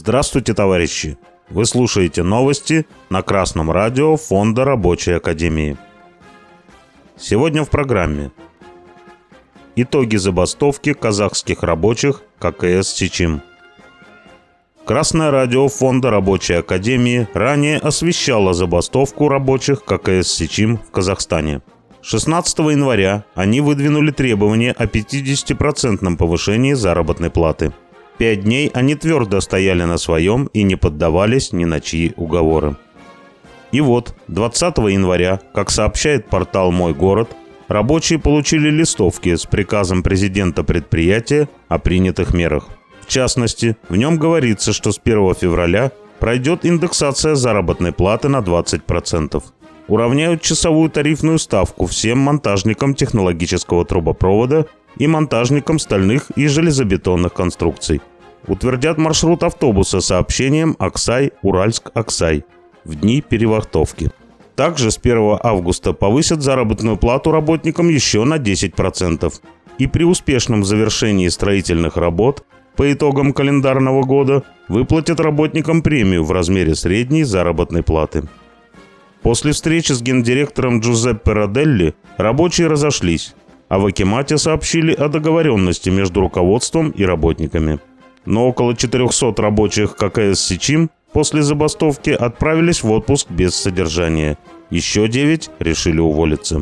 Здравствуйте, товарищи! Вы слушаете новости на Красном радио Фонда Рабочей Академии. Сегодня в программе: итоги забастовки казахских рабочих ККС «Сичим». Красное радио Фонда Рабочей Академии ранее освещало забастовку рабочих ККС «Сичим» в Казахстане. 16 января они выдвинули требование о 50% повышении заработной платы. 5 дней они твердо стояли на своем и не поддавались ни на чьи уговоры. И вот, 20 января, как сообщает портал «Мой город», рабочие получили листовки с приказом президента предприятия о принятых мерах. В частности, в нем говорится, что с 1 февраля пройдет индексация заработной платы на 20%. Уравняют часовую тарифную ставку всем монтажникам технологического трубопровода и монтажникам стальных и железобетонных конструкций. Утвердят маршрут автобуса с сообщением Аксай-Уральск-Аксай в дни перевахтовки. Также с 1 августа повысят заработную плату работникам еще на 10%. И при успешном завершении строительных работ по итогам календарного года выплатят работникам премию в размере средней заработной платы. После встречи с гендиректором Джузеппе Роделли рабочие разошлись, а в акимате сообщили о договоренности между руководством и работниками. Но около 400 рабочих ККС «Сичим» после забастовки отправились в отпуск без содержания. Еще 9 решили уволиться.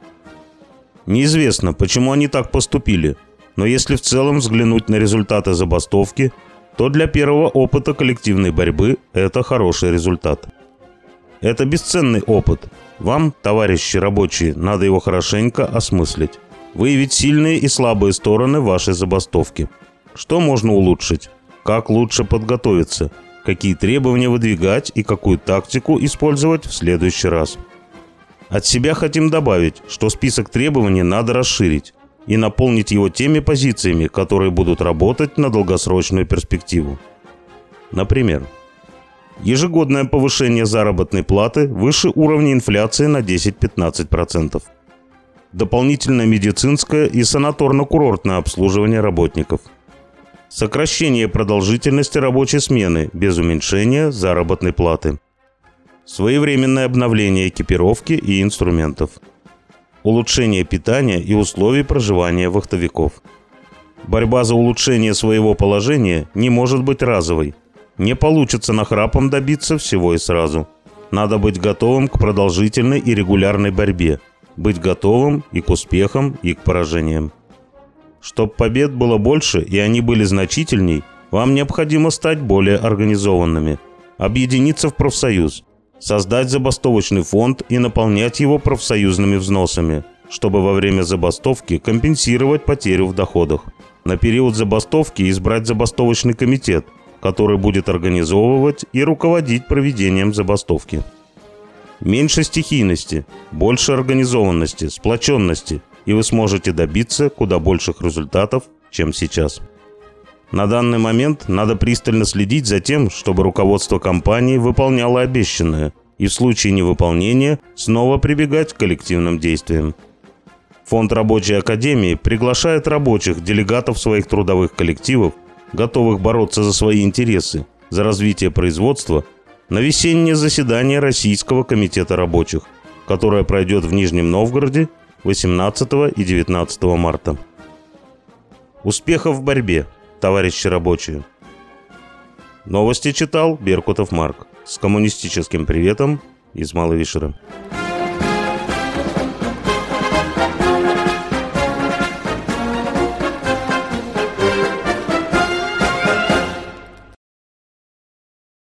Неизвестно, почему они так поступили, но если в целом взглянуть на результаты забастовки, то для первого опыта коллективной борьбы это хороший результат. Это бесценный опыт. Вам, товарищи рабочие, надо его хорошенько осмыслить. Выявить сильные и слабые стороны вашей забастовки. Что можно улучшить? Как лучше подготовиться? Какие требования выдвигать и какую тактику использовать в следующий раз? От себя хотим добавить, что список требований надо расширить и наполнить его теми позициями, которые будут работать на долгосрочную перспективу. Например, ежегодное повышение заработной платы выше уровня инфляции на 10-15%. Дополнительное медицинское и санаторно-курортное обслуживание работников. Сокращение продолжительности рабочей смены без уменьшения заработной платы. Своевременное обновление экипировки и инструментов. Улучшение питания и условий проживания вахтовиков. Борьба за улучшение своего положения не может быть разовой. Не получится нахрапом добиться всего и сразу. Надо быть готовым к продолжительной и регулярной борьбе. Быть готовым и к успехам, и к поражениям. Чтоб побед было больше и они были значительней, вам необходимо стать более организованными. Объединиться в профсоюз. Создать забастовочный фонд и наполнять его профсоюзными взносами, чтобы во время забастовки компенсировать потерю в доходах. На период забастовки избрать забастовочный комитет, который будет организовывать и руководить проведением забастовки. Меньше стихийности, больше организованности, сплоченности, и вы сможете добиться куда больших результатов, чем сейчас. На данный момент надо пристально следить за тем, чтобы руководство компании выполняло обещанное, и в случае невыполнения снова прибегать к коллективным действиям. Фонд Рабочей Академии приглашает рабочих, делегатов своих трудовых коллективов, готовых бороться за свои интересы, за развитие производства, на весеннее заседание Российского комитета рабочих, которое пройдет в Нижнем Новгороде 18 и 19 марта. Успехов в борьбе, товарищи рабочие! Новости читал Беркутов Марк. С коммунистическим приветом из Малой Вишеры.